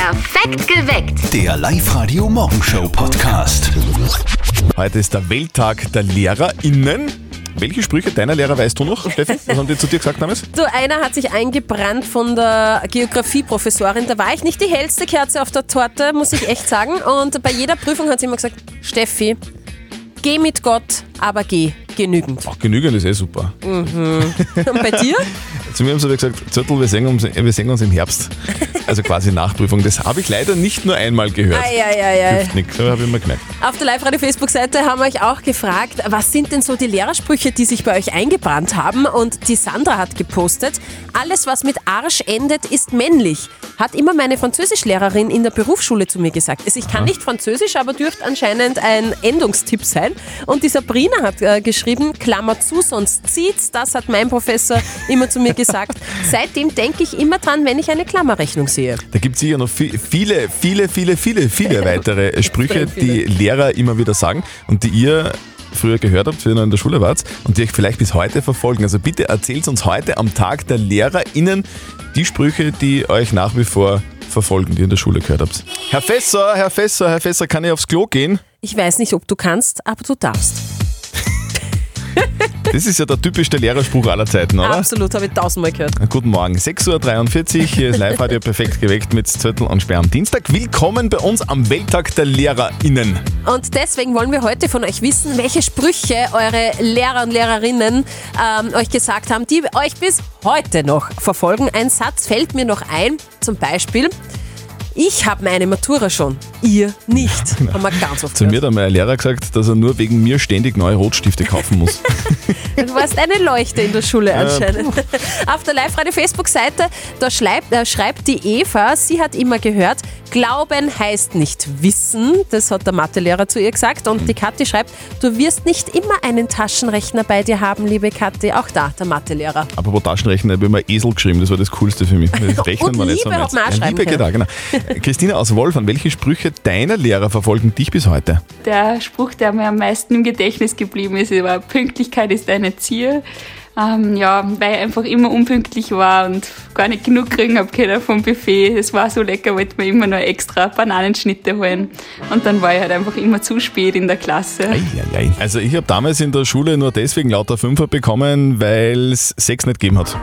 Perfekt geweckt. Der Live-Radio-Morgenshow-Podcast. Heute ist der Welttag der LehrerInnen. Welche Sprüche deiner Lehrer weißt du noch, Steffi? Was haben die zu dir gesagt damals? So, einer hat sich eingebrannt von der Geografieprofessorin. Da war ich nicht die hellste Kerze auf der Torte, muss ich echt sagen. Und bei jeder Prüfung hat sie immer gesagt, Steffi, geh mit Gott, aber geh genügend. Ach, genügend ist super. Und bei dir? Zu mir haben sie gesagt, Zürtel, wir sehen uns im Herbst. Also quasi Nachprüfung. Das habe ich leider nicht nur einmal gehört. Hilft nichts, aber habe ich immer gemerkt. Auf der Live-Radio-Facebook-Seite haben wir euch auch gefragt, was sind denn so die Lehrersprüche, die sich bei euch eingebrannt haben? Und die Sandra hat gepostet, alles was mit Arsch endet, ist männlich. Hat immer meine Französischlehrerin in der Berufsschule zu mir gesagt. Also ich kann nicht Französisch, aber dürfte anscheinend ein Endungstipp sein. Und die Sabrina hat geschrieben, Klammer zu, sonst zieht's. Das hat mein Professor immer zu mir gesagt. Seitdem denke ich immer dran, wenn ich eine Klammerrechnung sehe. Da gibt es sicher noch viele weitere Sprüche, die Lehrer immer wieder sagen und die ihr früher gehört habt, wenn ihr noch in der Schule wart und die euch vielleicht bis heute verfolgen. Also bitte erzählt uns heute am Tag der LehrerInnen die Sprüche, die euch nach wie vor verfolgen, die ihr in der Schule gehört habt. Herr Fässer, kann ich aufs Klo gehen? Ich weiß nicht, ob du kannst, aber du darfst. Das ist ja der typischste Lehrerspruch aller Zeiten, oder? Absolut, habe ich 1000-mal gehört. Guten Morgen, 6.43 Uhr, hier ist Live-Radio perfekt geweckt mit Zettel und Sperr am Dienstag. Willkommen bei uns am Welttag der LehrerInnen. Und deswegen wollen wir heute von euch wissen, welche Sprüche eure Lehrer und Lehrerinnen euch gesagt haben, die euch bis heute noch verfolgen. Ein Satz fällt mir noch ein, zum Beispiel: Ich habe meine Matura schon, ihr nicht. Genau. Haben wir ganz oft Zu mir hat mein Lehrer gesagt, dass er nur wegen mir ständig neue Rotstifte kaufen muss. Du warst eine Leuchte in der Schule anscheinend. Auf der Live-Radio-Facebook-Seite, da schreibt die Eva, sie hat immer gehört, Glauben heißt nicht wissen. Das hat der Mathelehrer zu ihr gesagt. Und die Kathi schreibt, du wirst nicht immer einen Taschenrechner bei dir haben, liebe Kathi. Auch da, der Mathelehrer. Apropos Taschenrechner, ich habe immer Esel geschrieben, das war das Coolste für mich. Das Rechnen war nicht so meins. Liebe geht auch, genau. Christina aus Wolfern, welche Sprüche deiner Lehrer verfolgen dich bis heute? Der Spruch, der mir am meisten im Gedächtnis geblieben ist, war: Pünktlichkeit ist eine Zier. Weil ich einfach immer unpünktlich war und gar nicht genug kriegen habe können vom Buffet. Es war so lecker, wollte mir immer noch extra Bananenschnitte holen. Und dann war ich halt einfach immer zu spät in der Klasse. Also ich habe damals in der Schule nur deswegen lauter Fünfer bekommen, weil es 6 nicht gegeben hat.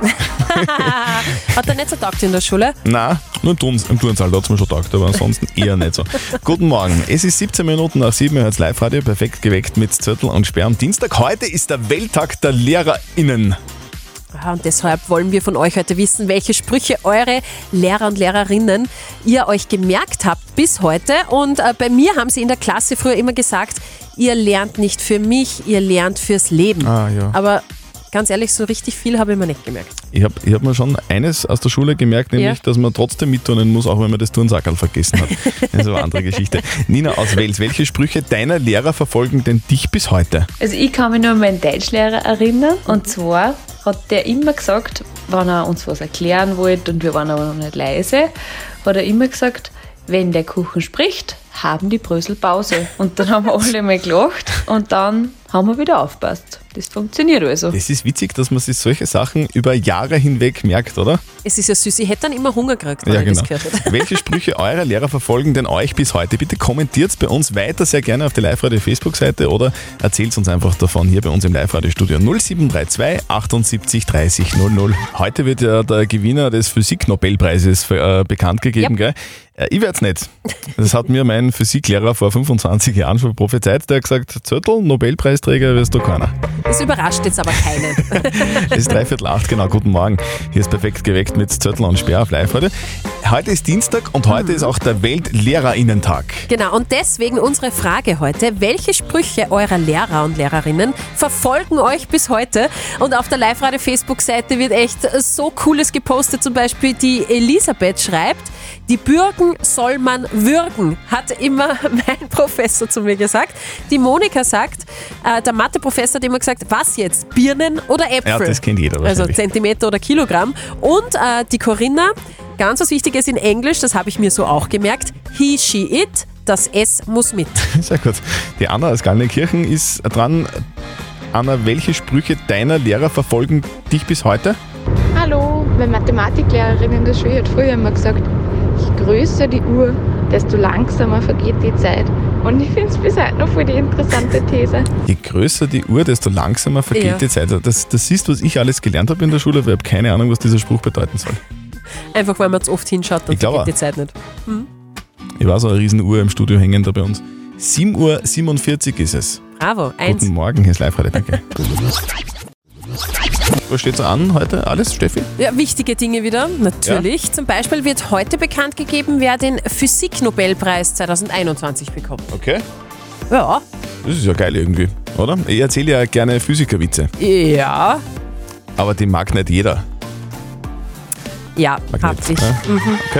Hat er nicht so taugt in der Schule? Nein, nur im Turnsaal, da hat es mir schon taugt, aber ansonsten eher nicht so. Guten Morgen, es ist 17 Minuten nach 7, ihr hört Live-Radio, perfekt geweckt mit Zettel und Sperr am Dienstag. Heute ist der Welttag der LehrerInnen. Und deshalb wollen wir von euch heute wissen, welche Sprüche eure Lehrer und Lehrerinnen ihr euch gemerkt habt bis heute. Und bei mir haben sie in der Klasse früher immer gesagt, ihr lernt nicht für mich, ihr lernt fürs Leben. Ja. Aber ganz ehrlich, so richtig viel habe ich mir nicht gemerkt. Ich hab mir schon eines aus der Schule gemerkt, nämlich, dass man trotzdem mitturnen muss, auch wenn man das Turnsackerl vergessen hat. Das ist eine andere Geschichte. Nina aus Wels, welche Sprüche deiner Lehrer verfolgen denn dich bis heute? Also ich kann mich nur an meinen Deutschlehrer erinnern. Und zwar hat der immer gesagt, wenn er uns was erklären wollte und wir waren aber noch nicht leise, hat er immer gesagt, wenn der Kuchen spricht, haben die Brösel Pause. Und dann haben wir alle mal gelacht und dann haben wir wieder aufgepasst. Das funktioniert also. Das ist witzig, dass man sich solche Sachen über Jahre hinweg merkt, oder? Es ist ja süß, ich hätte dann immer Hunger gekriegt, wenn ich das gehört hätte. Welche Sprüche eurer Lehrer verfolgen denn euch bis heute? Bitte kommentiert bei uns weiter sehr gerne auf der Live-Radio-Facebook-Seite oder erzählt uns einfach davon hier bei uns im Live-Radio-Studio 0732 78 30 00. Heute wird ja der Gewinner des Physik-Nobelpreises bekannt gegeben, gell? Ich werde es nicht. Das hat mir mein Physiklehrer vor 25 Jahren schon prophezeit. Der hat gesagt, Zöttl, Nobelpreisträger wirst du keiner. Das überrascht jetzt aber keinen. Es ist 7:45, genau, guten Morgen. Hier ist perfekt geweckt mit Zöttl und Sperr auf Live heute. Heute ist Dienstag und heute ist auch der Weltlehrerinnentag. Genau, und deswegen unsere Frage heute: Welche Sprüche eurer Lehrer und Lehrerinnen verfolgen euch bis heute? Und auf der Live-Radio-Facebook-Seite wird echt so Cooles gepostet. Zum Beispiel die Elisabeth schreibt, die Bürgen soll man würgen, hat immer mein Professor zu mir gesagt. Die Monika sagt, der Mathe-Professor hat immer gesagt, was jetzt, Birnen oder Äpfel? Ja, das kennt jeder Also Zentimeter oder Kilogramm. Und die Corinna, ganz was Wichtiges in Englisch, das habe ich mir so auch gemerkt, he, she, it, das S muss mit. Sehr gut. Die Anna aus Gallenkirchen ist dran. Anna, welche Sprüche deiner Lehrer verfolgen dich bis heute? Hallo, meine Mathematiklehrerin in der Schule hat früher immer gesagt, größer die Uhr, desto langsamer vergeht die Zeit. Und ich finde es bis heute noch voll die interessante These. Je größer die Uhr, desto langsamer vergeht die Zeit. Das siehst du, was ich alles gelernt habe in der Schule, aber ich habe keine Ahnung, was dieser Spruch bedeuten soll. Einfach, weil man zu oft hinschaut, dann vergeht die Zeit nicht. Ich war so eine riesen Uhr im Studio hängen da bei uns. 7:47 Uhr ist es. Bravo, 1. Guten Morgen, hier ist Live-Radio, danke. Was steht so an heute? Alles, Steffi? Ja, wichtige Dinge wieder, natürlich. Ja. Zum Beispiel wird heute bekannt gegeben, wer den Physik-Nobelpreis 2021 bekommt. Okay. Ja. Das ist ja geil irgendwie, oder? Ich erzähle ja gerne Physikerwitze. Ja. Aber die mag nicht jeder. Ja, hab ich. Ja. Okay.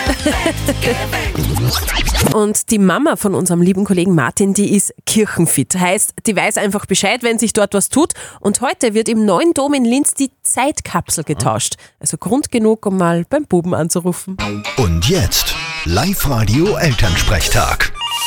Und die Mama von unserem lieben Kollegen Martin, die ist kirchenfit. Heißt, die weiß einfach Bescheid, wenn sich dort was tut. Und heute wird im neuen Dom in Linz die Zeitkapsel getauscht. Also Grund genug, um mal beim Buben anzurufen. Und jetzt Live-Radio Elternsprechtag.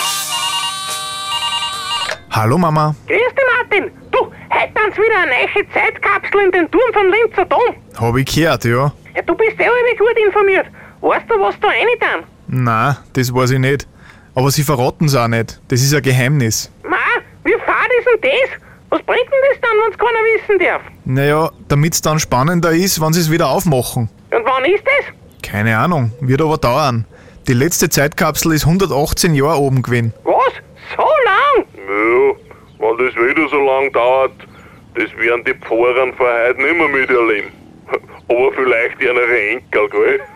Hallo Mama. Grüß dich Martin. Du, heute haben sie wieder eine neue Zeitkapsel in den Turm vom Linzer Dom. Hab ich gehört, ja. Ja, du bist ja irgendwie gut informiert. Weißt du, was da rein? Nein, das weiß ich nicht. Aber sie verraten es auch nicht. Das ist ein Geheimnis. Ma, wie fad ist denn das? Was bringt denn das dann, wenn es keiner wissen darf? Naja, damit es dann spannender ist, wenn sie es wieder aufmachen. Und wann ist das? Keine Ahnung, wird aber dauern. Die letzte Zeitkapsel ist 118 Jahre oben gewesen. Was? So lang? Ja, wenn das wieder so lang dauert, das werden die Pfarrer von heute nicht mehr miterleben. Aber vielleicht ihre Enkel,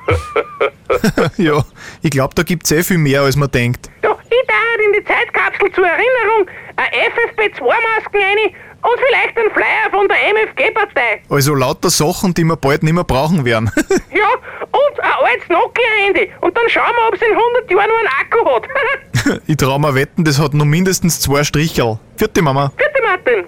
gell? Ja, ich glaube, da gibt es viel mehr, als man denkt. Ja, ich darf in die Zeitkapsel zur Erinnerung eine FFP2-Masken rein und vielleicht einen Flyer von der MFG-Partei. Also lauter Sachen, die wir bald nicht mehr brauchen werden. Ja, und ein altes Nokia-Handy. Und dann schauen wir, ob es in 100 Jahren noch einen Akku hat. Ich trau mir wetten, das hat noch mindestens 2 Stricherl. Vierte Mama. Vierte Martin.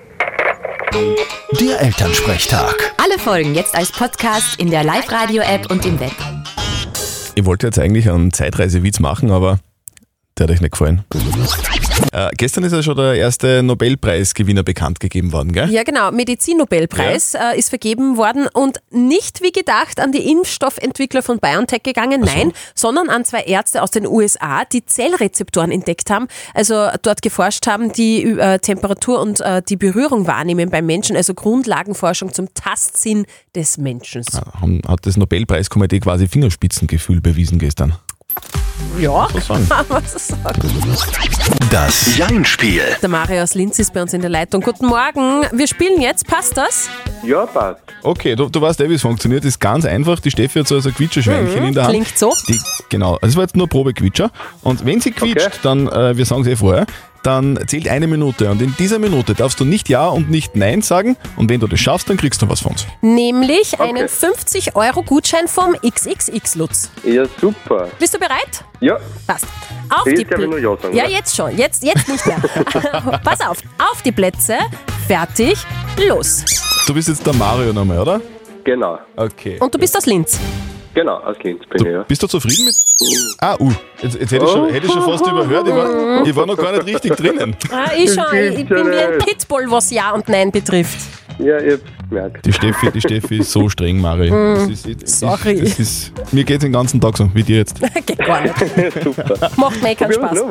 Der Elternsprechtag. Alle Folgen jetzt als Podcast in der Live-Radio-App und im Web. Ich wollte jetzt eigentlich einen Zeitreisewitz machen, aber der hat euch nicht gefallen. Gestern ist ja schon der erste Nobelpreisgewinner bekannt gegeben worden, gell? Ja, genau. Medizin-Nobelpreis ist vergeben worden und nicht wie gedacht an die Impfstoffentwickler von BioNTech gegangen, nein, sondern an 2 Ärzte aus den USA, die Zellrezeptoren entdeckt haben, also dort geforscht haben, die Temperatur und die Berührung wahrnehmen beim Menschen, also Grundlagenforschung zum Tastsinn des Menschen. Hat das Nobelpreiskomitee quasi Fingerspitzengefühl bewiesen gestern. Ja, kann man so sagen. Das Jein-Spiel. Der Mario aus Linz ist bei uns in der Leitung. Guten Morgen, wir spielen jetzt, passt das? Ja, passt. Okay, du weißt wie es funktioniert. Das ist ganz einfach. Die Steffi hat so ein Quietscherschweinchen in der Hand. Klingt so. Genau, also das war jetzt nur Probequitscher. Und wenn sie quietscht, dann, wir sagen es vorher, dann zählt 1 Minute. Und in dieser Minute darfst du nicht Ja und nicht Nein sagen. Und wenn du das schaffst, dann kriegst du was von uns. Nämlich einen 50-Euro-Gutschein vom XXX-Lutz. Ja, super. Bist du bereit? Ja. Passt. Auf die darf ich nur Ja sagen, Ja, oder? jetzt schon. Jetzt nicht mehr. Pass auf die Plätze. Fertig. Los. Du bist jetzt der Mario nochmal, oder? Genau. Okay. Und du bist aus Linz. Genau, aus Linz bin ich, ja. Bist du zufrieden mit... Jetzt hätte ich schon fast überhört. Ich war noch gar nicht richtig drinnen. Ich bin wie ein Pitbull, was Ja und Nein betrifft. Ja, ich hab's gemerkt. Die Steffi ist so streng, Mario. Sorry. Mir geht's den ganzen Tag so, wie dir jetzt. Geht gar nicht. Super. Macht mir keinen Spaß.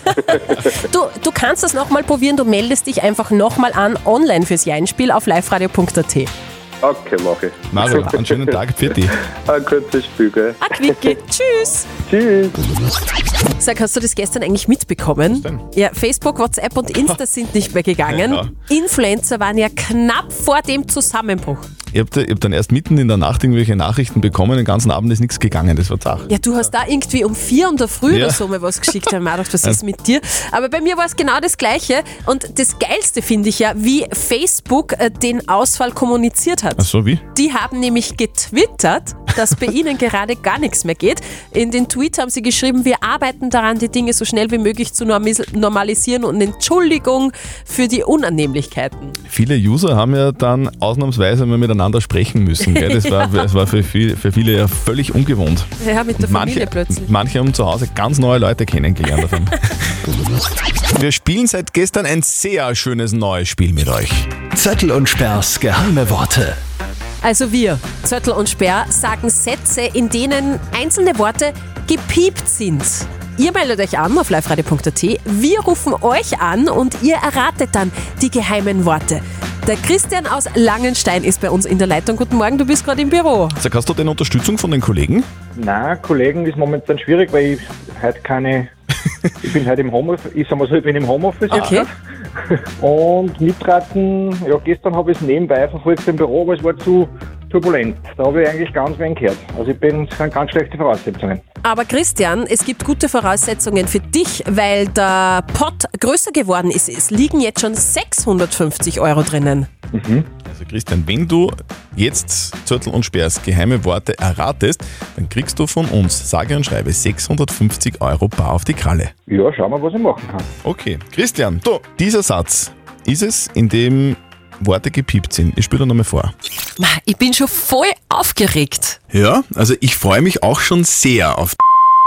Du kannst das nochmal probieren. Du meldest dich einfach nochmal an online fürs Jein-Spiel auf liveradio.at. Okay, mach ich. Mario, einen schönen Tag für dich. Ein kurzes Spiel, gell? Quickie. Tschüss. Tschüss. Sag, hast du das gestern eigentlich mitbekommen? Ja, Facebook, WhatsApp und Insta sind nicht mehr gegangen. Ja. Influencer waren ja knapp vor dem Zusammenbruch. Ich hab dann erst mitten in der Nacht irgendwelche Nachrichten bekommen, den ganzen Abend ist nichts gegangen, das war zach. Ja, du hast da irgendwie um 4 in der Früh oder so mal was geschickt, da hab ich mir gedacht, was ist mit dir? Aber bei mir war es genau das Gleiche und das Geilste finde ich ja, wie Facebook den Ausfall kommuniziert hat. Ach so, wie? Die haben nämlich getwittert, dass bei ihnen gerade gar nichts mehr geht. In den Tweet haben sie geschrieben, wir arbeiten daran, die Dinge so schnell wie möglich zu normalisieren und Entschuldigung für die Unannehmlichkeiten. Viele User haben ja dann ausnahmsweise mal miteinander sprechen müssen. Gell? Das war für viele ja völlig ungewohnt. Ja, mit der Familie plötzlich. Manche haben zu Hause ganz neue Leute kennengelernt. Wir spielen seit gestern ein sehr schönes neues Spiel mit euch. Zettel und Sperrs geheime Worte. Also wir, Zöttl und Sperr, sagen Sätze, in denen einzelne Worte gepiept sind. Ihr meldet euch an auf liveradio.at, wir rufen euch an und ihr erratet dann die geheimen Worte. Der Christian aus Langenstein ist bei uns in der Leitung. Guten Morgen, du bist gerade im Büro. Sag, hast du denn Unterstützung von den Kollegen? Nein, Kollegen ist momentan schwierig, weil ich heute keine... ich bin heute im Homeoffice, ich bin im Homeoffice. Okay. Und mitraten, ja, gestern habe ich es nebenbei verfolgt im Büro, aber es war zu turbulent. Da habe ich eigentlich ganz wenig gehört. Also es sind ganz schlechte Voraussetzungen. Aber Christian, es gibt gute Voraussetzungen für dich, weil der Pot größer geworden ist. Es liegen jetzt schon 650 € drinnen. Also Christian, wenn du jetzt Zörtl und Sperrs geheime Worte erratest, dann kriegst du von uns, sage und schreibe, 650 € bar auf die Kralle. Ja, schauen wir, was ich machen kann. Okay, Christian, du, dieser Satz ist es, in dem Worte gepiept sind. Ich spiele dir nochmal vor. Ich bin schon voll aufgeregt. Ja, also ich freue mich auch schon sehr auf...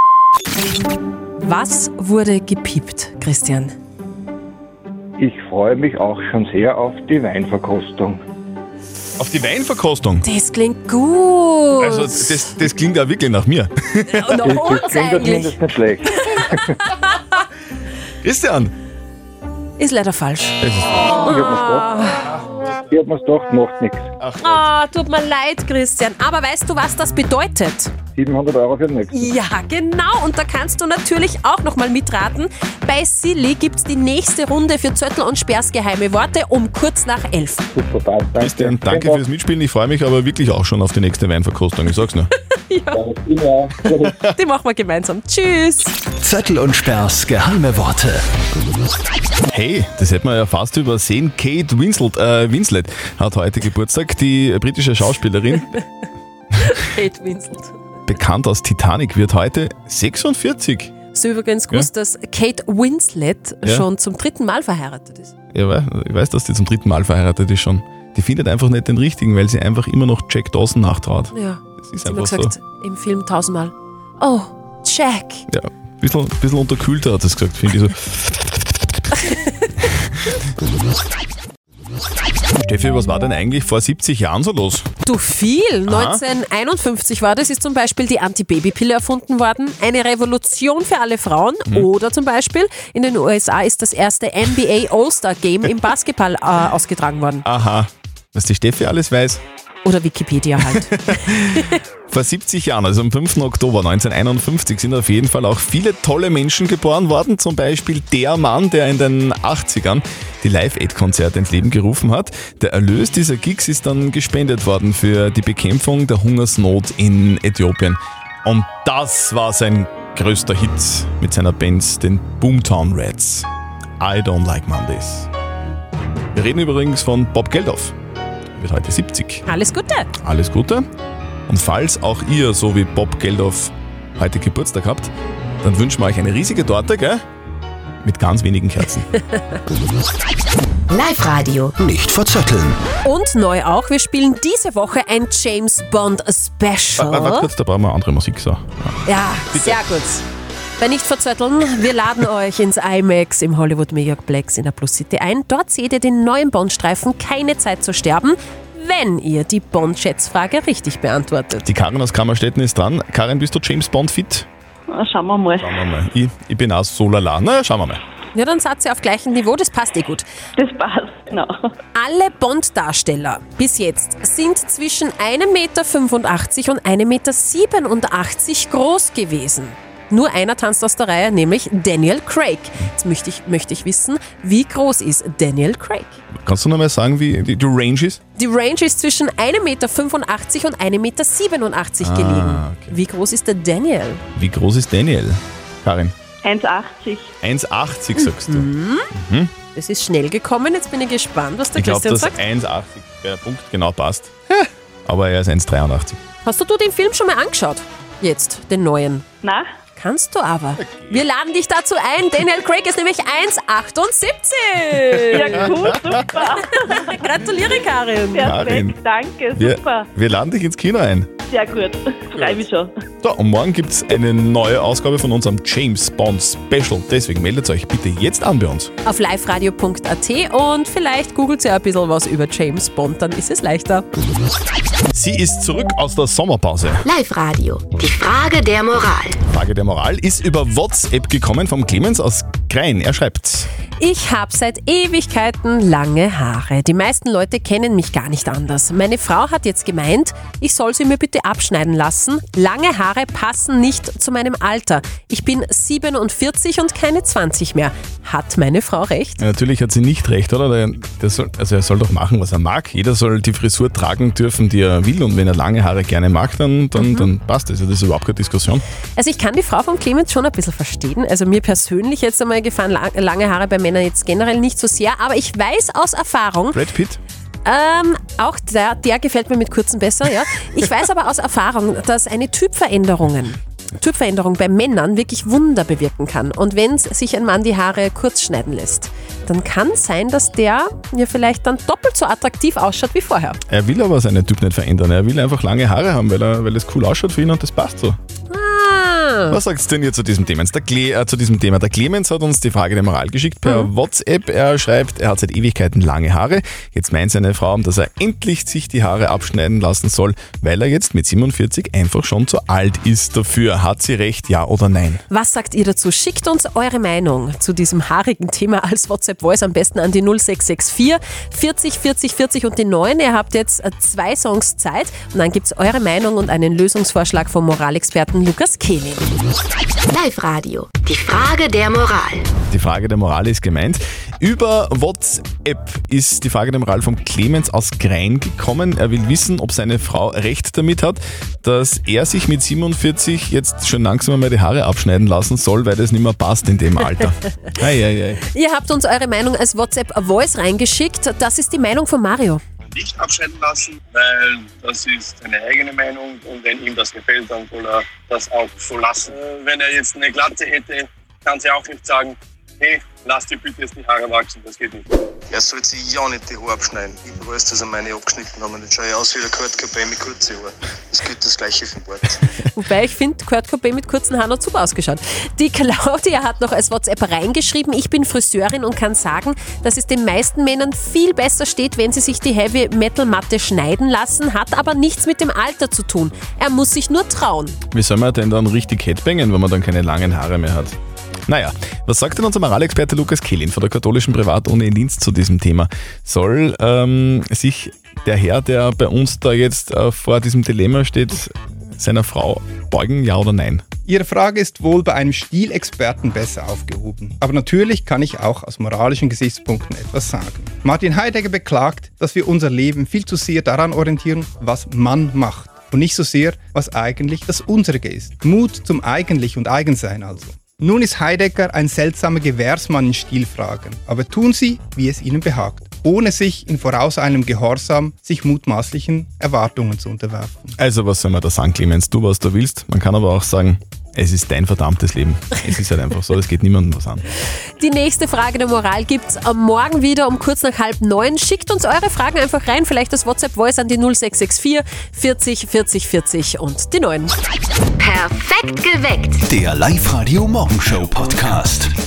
Was wurde gepiept, Christian? Ich freue mich auch schon sehr auf die Weinverkostung. Auf die Weinverkostung? Das klingt gut. Also das klingt ja wirklich nach mir. Und nach uns Das klingt zumindest nicht schlecht. Christian! Ist leider falsch. Ich hab mir's gedacht, macht nichts. Tut mir leid, Christian. Aber weißt du, was das bedeutet? 700 € für den nächsten. Ja, genau. Und da kannst du natürlich auch nochmal mitraten. Bei Silly gibt's die nächste Runde für Zörtl und Sperrs geheime Worte um kurz nach 11. Super, passt. Christian, danke fürs Mitspielen. Ich freue mich aber wirklich auch schon auf die nächste Weinverkostung. Ich sag's nur. Die machen wir gemeinsam. Tschüss. Zörtl und Sperrs geheime Worte. Hey, das hätte man ja fast übersehen. Kate Winslet hat heute Geburtstag. Die britische Schauspielerin, Kate Winslet. bekannt aus Titanic, wird heute 46. Hast du übrigens gewusst, dass Kate Winslet schon zum 3. Mal verheiratet ist? Ja, ich weiß, dass die zum 3. Mal verheiratet ist schon. Die findet einfach nicht den richtigen, weil sie einfach immer noch Jack Dawson nachtraut. Ja. Das ist Hat immer einfach gesagt, so. im Film 1000-mal. Oh, Jack. Ja, ein bisschen unterkühlter hat es gesagt, finde ich so. Steffi, was war denn eigentlich vor 70 Jahren so los? Du, viel. 1951 war das, ist zum Beispiel die Anti-Baby-Pille erfunden worden. Eine Revolution für alle Frauen. Oder zum Beispiel in den USA ist das erste NBA All-Star-Game im Basketball ausgetragen worden. Aha, was die Steffi alles weiß. Oder Wikipedia halt. Vor 70 Jahren, also am 5. Oktober 1951, sind auf jeden Fall auch viele tolle Menschen geboren worden. Zum Beispiel der Mann, der in den 80ern die Live-Aid-Konzerte ins Leben gerufen hat. Der Erlös dieser Gigs ist dann gespendet worden für die Bekämpfung der Hungersnot in Äthiopien. Und das war sein größter Hit mit seiner Band, den Boomtown Rats. I Don't Like Mondays. Wir reden übrigens von Bob Geldof. Er wird heute 70. Alles Gute. Alles Gute. Und falls auch ihr, so wie Bob Geldof, heute Geburtstag habt, dann wünschen wir euch eine riesige Torte, gell? Mit ganz wenigen Kerzen. Live-Radio. Nicht verzetteln. Und neu auch, wir spielen diese Woche ein James Bond Special. Warte kurz, da brauchen wir andere Musik. So. Ja, sehr gut. Bei Nicht verzötteln, wir laden euch ins IMAX im Hollywood Megaplex in der Plus City ein. Dort seht ihr den neuen Bond-Streifen Keine Zeit zu sterben, wenn ihr die Bond-Schätzfrage richtig beantwortet. Die Karin aus Kammerstetten ist dran. Karin, bist du James Bond fit? Schauen wir mal. Schauen wir mal. Ich bin auch so lala. Na, schauen wir mal. Ja, dann seid ihr auf gleichem Niveau, das passt eh gut. Das passt, genau. Alle Bond-Darsteller bis jetzt sind zwischen 1,85 Meter und 1,87 Meter groß gewesen. Nur einer tanzt aus der Reihe, nämlich Daniel Craig. Jetzt möchte ich wissen, wie groß ist Daniel Craig? Kannst du noch mal sagen, wie die Range ist? Die Range ist zwischen 1,85 Meter und 1,87 Meter gelegen. Okay. Wie groß ist der Daniel? Wie groß ist Daniel? Karin? 1,80. 1,80 sagst du. Das ist schnell gekommen, jetzt bin ich gespannt, was der Ich glaube, Christian dass sagt. 1,80 der Punkt genau passt. Aber er ist 1,83. Hast du den Film schon mal angeschaut? Jetzt, den neuen? Nein, Kannst du aber. Wir laden dich dazu ein. Daniel Craig ist nämlich 1,78. Ja, cool, super. Gratuliere, Karin. Perfekt, danke, super. Wir laden dich ins Kino ein. Sehr gut, freue mich schon. So, und morgen gibt es eine neue Ausgabe von unserem James Bond Special. Deswegen meldet euch bitte jetzt an bei uns. Auf liveradio.at und vielleicht googelt ihr ein bisschen was über James Bond, dann ist es leichter. Sie ist zurück aus der Sommerpause. Live-Radio. Die Frage der Moral. Die Frage der Moral ist über WhatsApp gekommen vom Clemens aus Grein. Er schreibt: Ich habe seit Ewigkeiten lange Haare. Die meisten Leute kennen mich gar nicht anders. Meine Frau hat jetzt gemeint, ich soll sie mir bitte abschneiden lassen. Lange Haare passen nicht zu meinem Alter. Ich bin 47 und keine 20 mehr. Hat meine Frau recht? Ja, natürlich hat sie nicht recht, oder? Er soll doch machen, was er mag. Jeder soll die Frisur tragen dürfen, die er will. Und wenn er lange Haare gerne mag, dann passt das. Das ist überhaupt keine Diskussion. Also ich kann die Frau von Clemens schon ein bisschen verstehen. Also mir persönlich jetzt einmal gefallen lange Haare bei Männern jetzt generell nicht so sehr. Aber ich weiß aus Erfahrung... Brad Pitt? Auch der gefällt mir mit kurzen besser, ja. Ich weiß aber aus Erfahrung, dass eine Typveränderung bei Männern wirklich Wunder bewirken kann. Und wenn sich ein Mann die Haare kurz schneiden lässt, dann kann es sein, dass der ja vielleicht dann doppelt so attraktiv ausschaut wie vorher. Er will aber seinen Typ nicht verändern. Er will einfach lange Haare haben, weil es cool ausschaut für ihn und das passt so. Was sagst denn ihr zu diesem Thema? Der Clemens hat uns die Frage der Moral geschickt per WhatsApp. Er schreibt, er hat seit Ewigkeiten lange Haare. Jetzt meint seine Frau, dass er endlich sich die Haare abschneiden lassen soll, weil er jetzt mit 47 einfach schon zu alt ist dafür. Hat sie recht, ja oder nein? Was sagt ihr dazu? Schickt uns eure Meinung zu diesem haarigen Thema als WhatsApp-Voice am besten an die 0664 40 40 40 und die 9. Ihr habt jetzt 2 Songs Zeit und dann gibt es eure Meinung und einen Lösungsvorschlag vom Moralexperten Lukas Kehlin. Live-Radio. Die Frage der Moral. Die Frage der Moral ist gemeint. Über WhatsApp ist die Frage der Moral vom Clemens aus Grein gekommen. Er will wissen, ob seine Frau recht damit hat, dass er sich mit 47 jetzt schon langsam einmal die Haare abschneiden lassen soll, weil das nicht mehr passt in dem Alter. Ihr habt uns eure Meinung als WhatsApp-Voice reingeschickt. Das ist die Meinung von Mario. Nicht abschneiden lassen, weil das ist seine eigene Meinung und wenn ihm das gefällt, dann soll er das auch so lassen. Wenn er jetzt eine Glatze hätte, kann sie auch nicht sagen, hey, lass dir bitte jetzt die Haare wachsen, das geht nicht. Er soll sich ja nicht die Haare abschneiden. Ich weiß, dass er meine abgeschnitten haben und jetzt schaue ich aus wie der Kurt Cobain mit kurzen Haaren. Das gilt das Gleiche für den Bart. Wobei ich finde, Kurt Cobain mit kurzen Haaren hat super ausgeschaut. Die Claudia hat noch als WhatsApp reingeschrieben, ich bin Friseurin und kann sagen, dass es den meisten Männern viel besser steht, wenn sie sich die Heavy-Metal-Matte schneiden lassen, hat aber nichts mit dem Alter zu tun. Er muss sich nur trauen. Wie soll man denn dann richtig headbangen, wenn man dann keine langen Haare mehr hat? Naja, was sagt denn unser Moralexperte Lukas Kehlin von der katholischen Privatuni in Linz zu diesem Thema? Soll sich der Herr, der bei uns da jetzt vor diesem Dilemma steht, seiner Frau beugen, ja oder nein? Ihre Frage ist wohl bei einem Stilexperten besser aufgehoben. Aber natürlich kann ich auch aus moralischen Gesichtspunkten etwas sagen. Martin Heidegger beklagt, dass wir unser Leben viel zu sehr daran orientieren, was man macht. Und nicht so sehr, was eigentlich das Unsere ist. Mut zum Eigentlich und Eigensein also. Nun ist Heidegger ein seltsamer Gewährsmann in Stilfragen, aber tun Sie, wie es Ihnen behagt, ohne sich in vorauseilendem Gehorsam sich mutmaßlichen Erwartungen zu unterwerfen. Also was soll man da sagen, Clemens? Du, was du willst. Man kann aber auch sagen, es ist dein verdammtes Leben. Es ist halt einfach so, es geht niemandem was an. Die nächste Frage der Moral gibt es am Morgen wieder um kurz nach 8:30. Schickt uns eure Fragen einfach rein, vielleicht das WhatsApp-Voice an die 0664 40 40 40 und die 9. Perfekt geweckt. Der Live-Radio Morgenshow Podcast.